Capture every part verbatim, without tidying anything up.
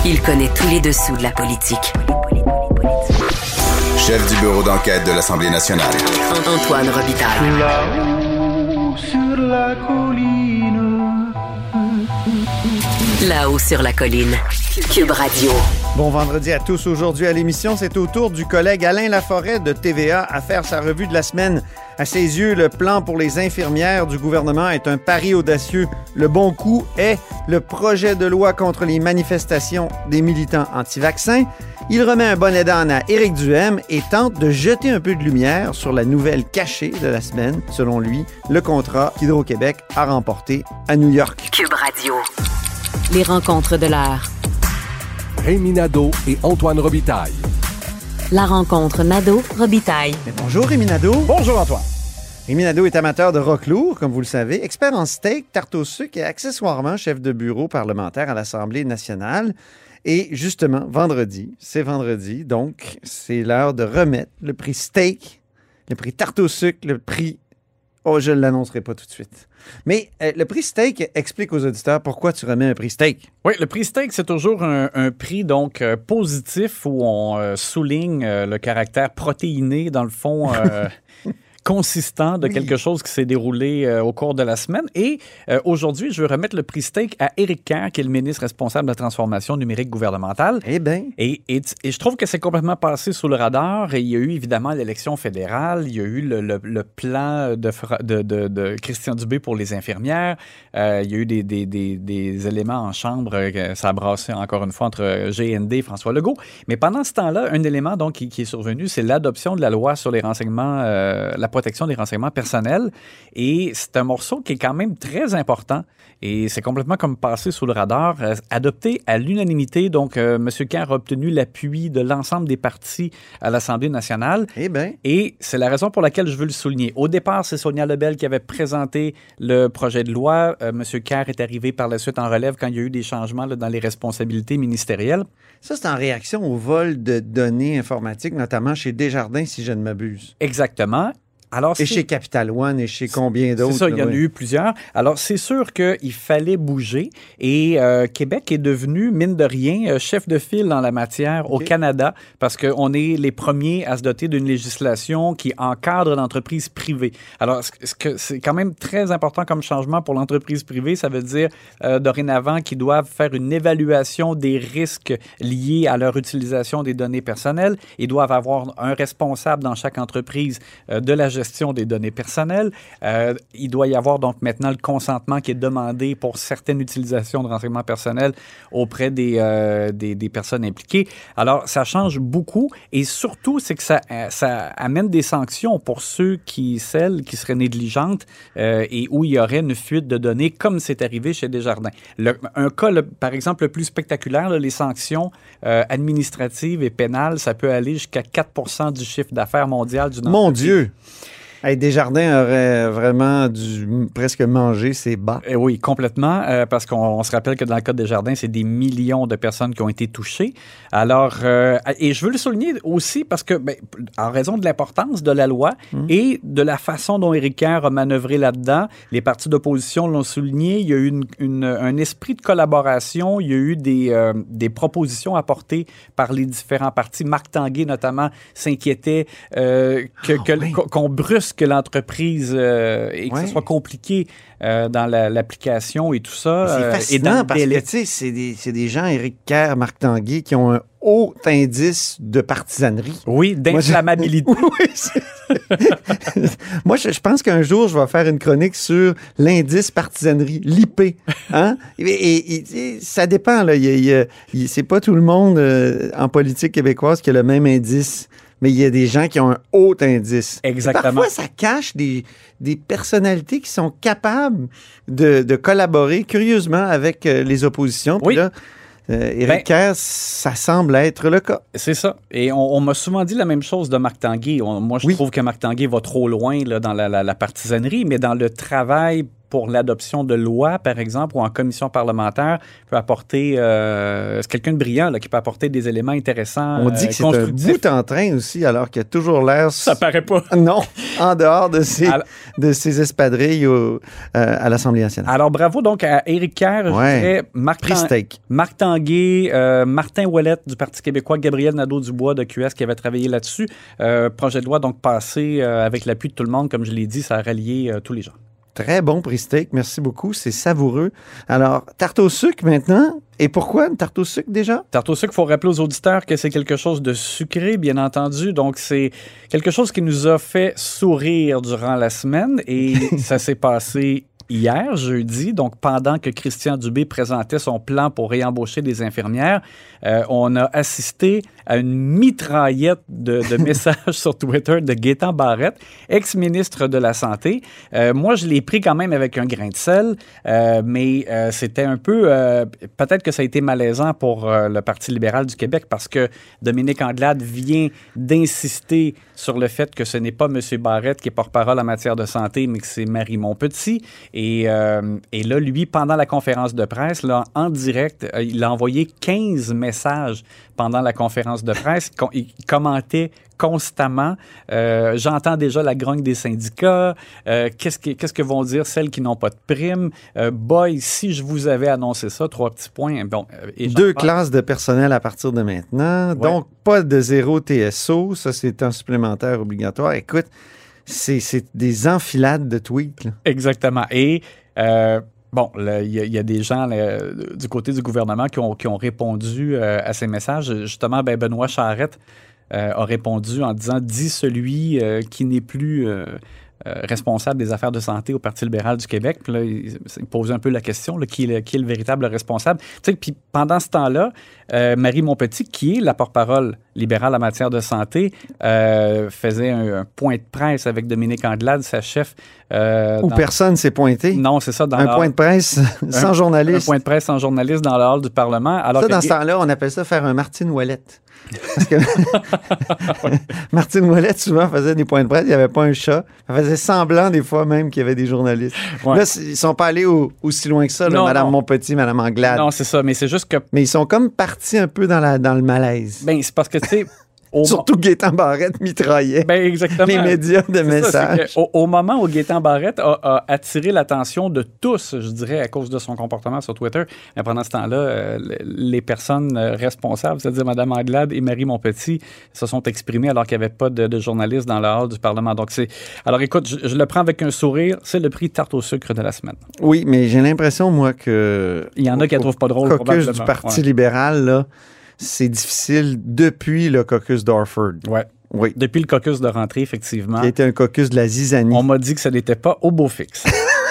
Il connaît tous les dessous de la politique. Chef du bureau d'enquête de l'Assemblée nationale. Antoine Robitaille. Là-haut sur la colline. Là-haut sur la colline. Cube Radio. Bon vendredi à tous. Aujourd'hui à l'émission, c'est au tour du collègue Alain Laforêt de T V A à faire sa revue de la semaine. À ses yeux, le plan pour les infirmières du gouvernement est un pari audacieux. Le bon coup est le projet de loi contre les manifestations des militants anti-vaccins. Il remet un bonnet d'âne à Éric Duhem et tente de jeter un peu de lumière sur la nouvelle cachée de la semaine, selon lui, le contrat qu'Hydro-Québec a remporté à New York. Cube Radio. Les rencontres de l'heure. Rémi Nadeau et Antoine Robitaille. La rencontre Nadeau-Robitaille. Mais bonjour Rémi Nadeau. Bonjour Antoine. Rémi Nadeau est amateur de rock lourd, comme vous le savez, expert en steak, tarte au sucre et accessoirement chef de bureau parlementaire à l'Assemblée nationale. Et justement, vendredi, c'est vendredi, donc c'est l'heure de remettre le prix steak, le prix tarte au sucre, le prix... Oh, je ne l'annoncerai pas tout de suite. Mais euh, le prix steak explique aux auditeurs pourquoi tu remets un prix steak. Oui, le prix steak, c'est toujours un, un prix donc euh, positif où on euh, souligne euh, le caractère protéiné, dans le fond... Euh, consistant de oui. quelque chose qui s'est déroulé euh, au cours de la semaine. Et euh, aujourd'hui, je veux remettre le prix steak à Éric Kerr, qui est le ministre responsable de la transformation numérique gouvernementale. Eh bien. Et, et, et je trouve que c'est complètement passé sous le radar. Et il y a eu évidemment l'élection fédérale. Il y a eu le, le, le plan de, de, de, de Christian Dubé pour les infirmières. Euh, il y a eu des, des, des, des éléments en chambre. Euh, ça a brassé encore une fois entre G N D et François Legault. Mais pendant ce temps-là, un élément donc qui, qui est survenu, c'est l'adoption de la loi sur les renseignements, euh, la protection des renseignements personnels. Et c'est un morceau qui est quand même très important et c'est complètement comme passé sous le radar. Euh, adopté à l'unanimité, donc euh, M. Kerr a obtenu l'appui de l'ensemble des partis à l'Assemblée nationale. Eh bien. Et c'est la raison pour laquelle je veux le souligner. Au départ, c'est Sonia Lebel qui avait présenté le projet de loi. Euh, M. Kerr est arrivé par la suite en relève quand il y a eu des changements là, dans les responsabilités ministérielles. Ça, c'est en réaction au vol de données informatiques, notamment chez Desjardins, si je ne m'abuse. Exactement. Alors, et chez Capital One et chez combien d'autres? C'est ça, il y en a oui. eu plusieurs. Alors, c'est sûr qu'il fallait bouger et euh, Québec est devenu, mine de rien, chef de file dans la matière okay. au Canada parce qu'on est les premiers à se doter d'une législation qui encadre l'entreprise privée. Alors, ce que c'est quand même très important comme changement pour l'entreprise privée, ça veut dire euh, dorénavant qu'ils doivent faire une évaluation des risques liés à leur utilisation des données personnelles. Ils doivent avoir un responsable dans chaque entreprise euh, de la gestion gestion des données personnelles. Euh, il doit y avoir donc maintenant le consentement qui est demandé pour certaines utilisations de renseignements personnels auprès des, euh, des, des personnes impliquées. Alors, ça change beaucoup et surtout, c'est que ça, ça amène des sanctions pour ceux qui, celles qui seraient négligentes euh, et où il y aurait une fuite de données comme c'est arrivé chez Desjardins. Le, un cas, le, par exemple, le plus spectaculaire, là, les sanctions euh, administratives et pénales, ça peut aller jusqu'à quatre pour cent du chiffre d'affaires mondial d'une entreprise. Mon Dieu! Hey, Desjardins aurait vraiment dû presque manger ses bas. Eh oui, complètement, euh, parce qu'on on se rappelle que dans le cas de Desjardins, c'est des millions de personnes qui ont été touchées. Alors, euh, et je veux le souligner aussi parce que, ben, en raison de l'importance de la loi mmh. et de la façon dont Éric Kerr a manœuvré là-dedans, les partis d'opposition l'ont souligné, il y a eu une, une, un esprit de collaboration, il y a eu des, euh, des propositions apportées par les différents partis. Marc Tanguay, notamment, s'inquiétait euh, que, oh, que, oui. qu'on brusque que l'entreprise euh, et que ouais. ce soit compliqué euh, dans la, l'application et tout ça. C'est euh, fascinant et dans parce que, tu sais, c'est des, c'est des gens, Éric Kerr, Marc Tanguay, qui ont un haut indice de partisanerie. Oui, d'inflammabilité. Moi, je... oui, Moi, je, je pense qu'un jour, je vais faire une chronique sur l'indice partisanerie, l'I P. Hein? et, et, et ça dépend, là. Il, il, il, c'est pas tout le monde euh, en politique québécoise qui a le même indice. Mais il y a des gens qui ont un haut indice. Exactement. Et parfois, ça cache des, des personnalités qui sont capables de, de collaborer curieusement avec euh, les oppositions. Puis oui. là, euh, Éric ben, Kerr, ça semble être le cas. C'est ça. Et on, on m'a souvent dit la même chose de Marc Tanguay. On, moi, je oui. trouve que Marc Tanguay va trop loin là, dans la, la, la partisanerie, mais dans le travail pour l'adoption de lois, par exemple, ou en commission parlementaire, peut apporter... Euh, c'est quelqu'un de brillant là, qui peut apporter des éléments intéressants. On dit que c'est un bout en train aussi, alors qu'il a toujours l'air... Ça paraît pas. Non, en dehors de ses, alors, de ses espadrilles au, euh, à l'Assemblée nationale. Alors, bravo donc à Éric Kerr, ouais. je dirais Marc, Tan- Marc Tanguay, euh, Martin Ouellette du Parti québécois, Gabriel Nadeau-Dubois de Q S qui avait travaillé là-dessus. Euh, projet de loi donc passé euh, avec l'appui de tout le monde, comme je l'ai dit, ça a rallié euh, tous les gens. Très bon prix steak, merci beaucoup, c'est savoureux. Alors, tarte au sucre maintenant. Et pourquoi une tarte au sucre déjà? Tarte au sucre, il faut rappeler aux auditeurs que c'est quelque chose de sucré, bien entendu. Donc, c'est quelque chose qui nous a fait sourire durant la semaine et ça s'est passé hier, jeudi, donc pendant que Christian Dubé présentait son plan pour réembaucher des infirmières, euh, on a assisté à une mitraillette de, de messages sur Twitter de Gaétan Barrette, ex-ministre de la Santé. Euh, moi, je l'ai pris quand même avec un grain de sel, euh, mais euh, c'était un peu... Euh, peut-être que ça a été malaisant pour euh, le Parti libéral du Québec parce que Dominique Anglade vient d'insister sur le fait que ce n'est pas M. Barrette qui est porte-parole en matière de santé, mais que c'est Marie Montpetit. Et, euh, et là, lui, pendant la conférence de presse, là, en direct, euh, il a envoyé quinze messages pendant la conférence de presse. Il commentait constamment. Euh, j'entends déjà la grogne des syndicats. Euh, qu'est-ce, que, qu'est-ce que vont dire celles qui n'ont pas de prime? Euh, boy, si je vous avais annoncé ça, trois petits points. Bon, et Deux parle. classes de personnel à partir de maintenant. Ouais. Donc, pas de zéro T S O. Ça, c'est un supplémentaire obligatoire. Écoute, c'est, c'est des enfilades de tweets. Là. Exactement. Et... Euh, Bon, il y, y a des gens là, du côté du gouvernement qui ont, qui ont répondu euh, à ces messages. Justement, ben, Benoît Charette euh, a répondu en disant « Dit celui euh, qui n'est plus euh, euh, responsable des affaires de santé au Parti libéral du Québec. » Puis là, il, il pose un peu la question, là, qui, est le, qui est le véritable responsable. Tu sais, puis pendant ce temps-là, euh, Marie Montpetit, qui est la porte-parole libérale en matière de santé, euh, faisait un, un point de presse avec Dominique Anglade, sa chef. Euh, Où dans... personne s'est pointé. Non, c'est ça. Dans un point de presse sans un, journaliste. Un point de presse sans journaliste dans le hall du Parlement. Alors ça, que... dans ce temps-là, on appelle ça faire un Martine Ouellette. Parce que Martine Ouellette, souvent, faisait des points de presse. Il n'y avait pas un chat. Elle faisait semblant, des fois, même qu'il y avait des journalistes. Ouais. Là, ils ne sont pas allés au, aussi loin que ça, là, non, Mme Montpetit, Mme Anglade. Non, c'est ça. Mais c'est juste que... Mais ils sont comme partis un peu dans, la, dans le malaise. Bien, c'est parce que, tu sais... Au Surtout Gaétan Barrette mitraillait ben exactement. les médias de c'est messages. Ça, au, au moment où Gaétan Barrette a, a attiré l'attention de tous, je dirais, à cause de son comportement sur Twitter, mais pendant ce temps-là, euh, les personnes responsables, c'est-à-dire Mme Anglade et Marie Montpetit, se sont exprimées alors qu'il n'y avait pas de, de journalistes dans le hall du Parlement. Donc, c'est... Alors, écoute, je, je le prends avec un sourire. C'est le prix tarte au sucre de la semaine. Oui, mais j'ai l'impression, moi, que... Il y en a qui ne trouvent pas drôle, probablement. Le caucus du Parti ouais. libéral, là, c'est difficile depuis le caucus d'Orford. Ouais. Oui. Depuis le caucus de rentrée, effectivement. Qui a été un caucus de la zizanie. On m'a dit que ça n'était pas au beau fixe.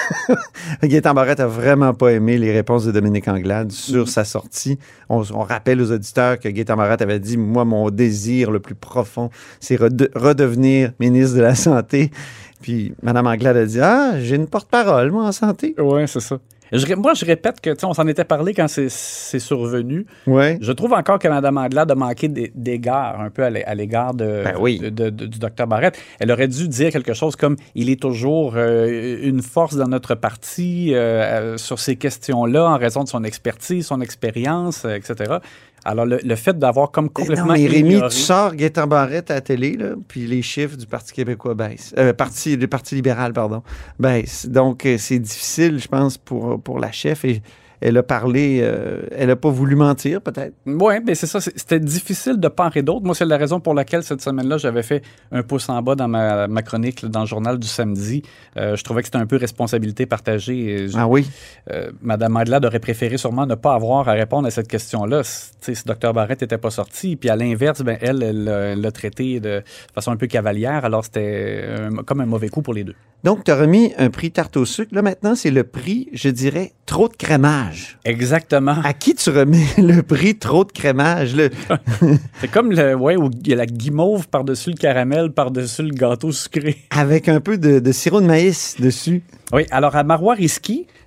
Gaétan Barrette n'a vraiment pas aimé les réponses de Dominique Anglade sur mmh. sa sortie. On, on rappelle aux auditeurs que Gaétan Barrette avait dit « Moi, mon désir le plus profond, c'est rede- redevenir ministre de la Santé. » Puis Mme Anglade a dit « Ah, j'ai une porte-parole, moi, en santé. » Oui, c'est ça. Je, moi, je répète que, tu sais, on s'en était parlé quand c'est, c'est survenu. Ouais. Je trouve encore que Mme Anglade a manqué d'égard un peu à l'égard de, ben oui. de, de, de, du docteur Barrette. Elle aurait dû dire quelque chose comme « Il est toujours euh, une force dans notre parti euh, sur ces questions-là en raison de son expertise, son expérience, euh, et cetera » Alors, le, le fait d'avoir comme complètement non, mais Rémi, ignoré... tu sors Gaétan Barrette à la télé, là, puis les chiffres du Parti québécois baissent. Euh, parti, le Parti libéral, pardon, baissent. Donc, c'est difficile, je pense, pour, pour la chef. Et elle a parlé, euh, elle n'a pas voulu mentir, peut-être. Oui, mais c'est ça. C'était difficile de part et d'autre. Moi, c'est la raison pour laquelle, cette semaine-là, j'avais fait un pouce en bas dans ma, ma chronique là, dans le journal du samedi. Euh, je trouvais que c'était un peu responsabilité partagée. Ah oui? Euh, Mme Anglade aurait préféré sûrement ne pas avoir à répondre à cette question-là. Si Dr Barrette n'était pas sorti. Puis à l'inverse, ben, elle, elle, elle l'a traité de façon un peu cavalière. Alors, c'était un, comme un mauvais coup pour les deux. Donc, tu as remis un prix tarte au sucre. Là, maintenant, c'est le prix, je dirais, trop de crémage. Exactement. À qui tu remets le prix trop de crémage? Le... c'est comme le, ouais, où il y a la guimauve par-dessus le caramel, par-dessus le gâteau sucré. Avec un peu de, de sirop de maïs dessus. Oui, alors à Marois Risky,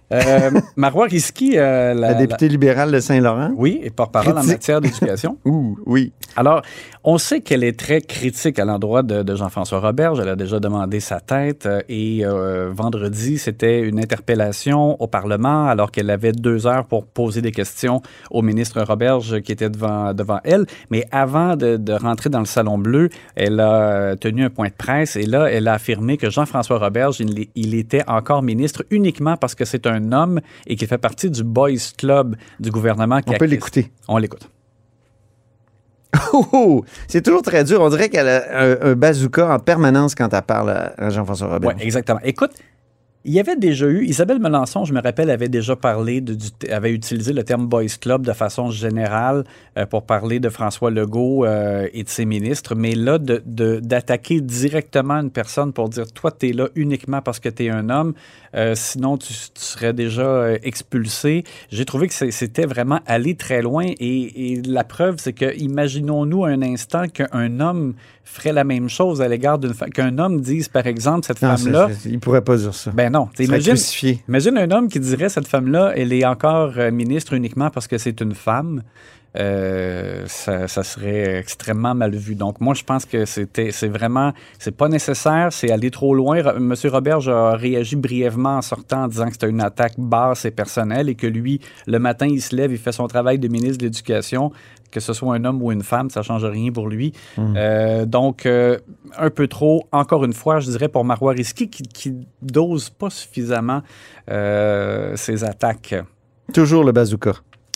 Euh, Marois Risky, euh, la, la députée la... libérale de Saint-Laurent. Oui, et porte-parole en matière d'éducation. Ouh, oui. Alors, on sait qu'elle est très critique à l'endroit de, de Jean-François Roberge. Elle a déjà demandé sa tête. Et euh, vendredi, c'était une interpellation au Parlement alors qu'elle avait deux heures pour poser des questions au ministre Roberge qui était devant, devant elle. Mais avant de, de rentrer dans le Salon Bleu, elle a tenu un point de presse. Et là, elle a affirmé que Jean-François Roberge, il, il était encore ministre uniquement parce que c'est un un homme et qui fait partie du Boys Club du gouvernement. Qui On peut l'écouter. On l'écoute. Oh, oh, c'est toujours très dur. On dirait qu'elle a un, un bazooka en permanence quand elle parle à Jean-François Roberge. Oui, exactement. Écoute, il y avait déjà eu, Isabelle Melançon, je me rappelle, avait déjà parlé, de, du, avait utilisé le terme Boys Club de façon générale euh, pour parler de François Legault euh, et de ses ministres. Mais là, de, de, d'attaquer directement une personne pour dire « Toi, t'es là uniquement parce que t'es un homme, euh, sinon tu, tu serais déjà euh, expulsé », j'ai trouvé que c'était vraiment aller très loin. Et, et la preuve, c'est que imaginons-nous un instant qu'un homme ferait la même chose à l'égard d'une femme. Qu'un homme dise, par exemple, cette non, femme-là... C'est, c'est, il pourrait pas dire ça. Ben non. Imagine, imagine un homme qui dirait, cette femme-là, elle est encore euh, ministre uniquement parce que c'est une femme. Euh, ça, ça serait extrêmement mal vu. Donc, moi, je pense que c'était, c'est vraiment... C'est pas nécessaire, c'est aller trop loin. M. Roberge a réagi brièvement en sortant en disant que c'était une attaque basse et personnelle et que lui, le matin, il se lève, il fait son travail de ministre de l'Éducation. Que ce soit un homme ou une femme, ça ne change rien pour lui. Mmh. Euh, donc, euh, un peu trop, encore une fois, je dirais pour Marois Risky, qui, qui dose pas suffisamment euh, ses attaques. Toujours le bazooka.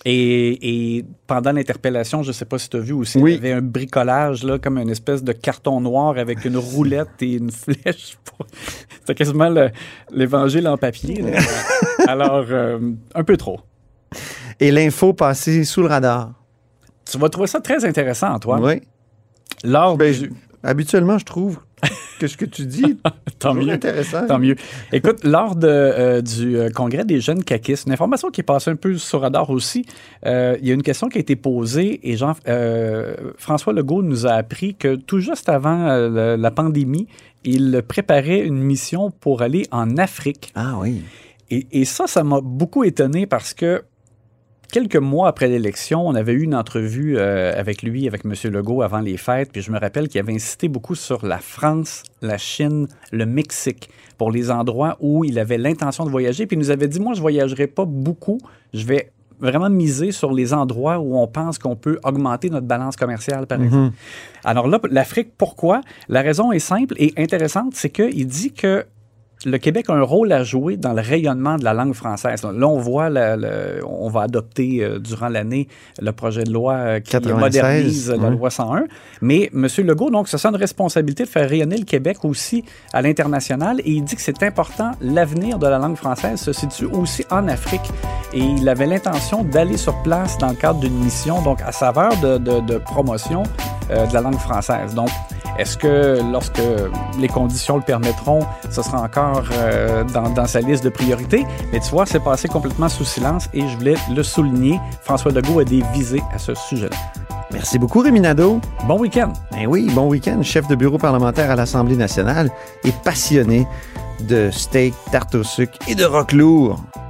Et, et pendant l'interpellation, je ne sais pas si tu as vu aussi, oui. Il y avait un bricolage, là, comme une espèce de carton noir avec une roulette et une flèche. Pour... C'était quasiment le, l'évangile en papier. Là. Alors, euh, un peu trop. Et l'info passée sous le radar. Tu vas trouver ça très intéressant, Antoine. Oui. Lors ben, du... Habituellement, je trouve que ce que tu dis tant mieux. Intéressant. Tant mieux. Écoute, lors de, euh, du euh, congrès des jeunes caquistes, une information qui est passée un peu sur radar aussi, euh, il y a une question qui a été posée et Jean, euh, François Legault nous a appris que tout juste avant euh, la pandémie, il préparait une mission pour aller en Afrique. Ah oui. Et, et ça, ça m'a beaucoup étonné parce que quelques mois après l'élection, on avait eu une entrevue euh, avec lui, avec M. Legault, avant les fêtes, puis je me rappelle qu'il avait insisté beaucoup sur la France, la Chine, le Mexique, pour les endroits où il avait l'intention de voyager, puis il nous avait dit, moi, je ne voyagerai pas beaucoup, je vais vraiment miser sur les endroits où on pense qu'on peut augmenter notre balance commerciale, par exemple. Mm-hmm. Alors là, l'Afrique, pourquoi? La raison est simple et intéressante, c'est qu'il dit que le Québec a un rôle à jouer dans le rayonnement de la langue française. Là, on voit, la, la, on va adopter euh, durant l'année le projet de loi euh, qui modernise la mmh. loi cent un. Mais M. Legault, donc, se sent une responsabilité de faire rayonner le Québec aussi à l'international et il dit que c'est important, l'avenir de la langue française se situe aussi en Afrique. Et il avait l'intention d'aller sur place dans le cadre d'une mission, donc à saveur de, de, de promotion euh, de la langue française. Donc, est-ce que lorsque les conditions le permettront, ce sera encore euh, dans, dans sa liste de priorités? Mais tu vois, c'est passé complètement sous silence et je voulais le souligner. François Legault a des visées à ce sujet-là. Merci beaucoup, Rémi Nadeau. Bon week-end. Ben oui, bon week-end. Chef de bureau parlementaire à l'Assemblée nationale et passionné de steak, tarte au sucre et de rock lourd.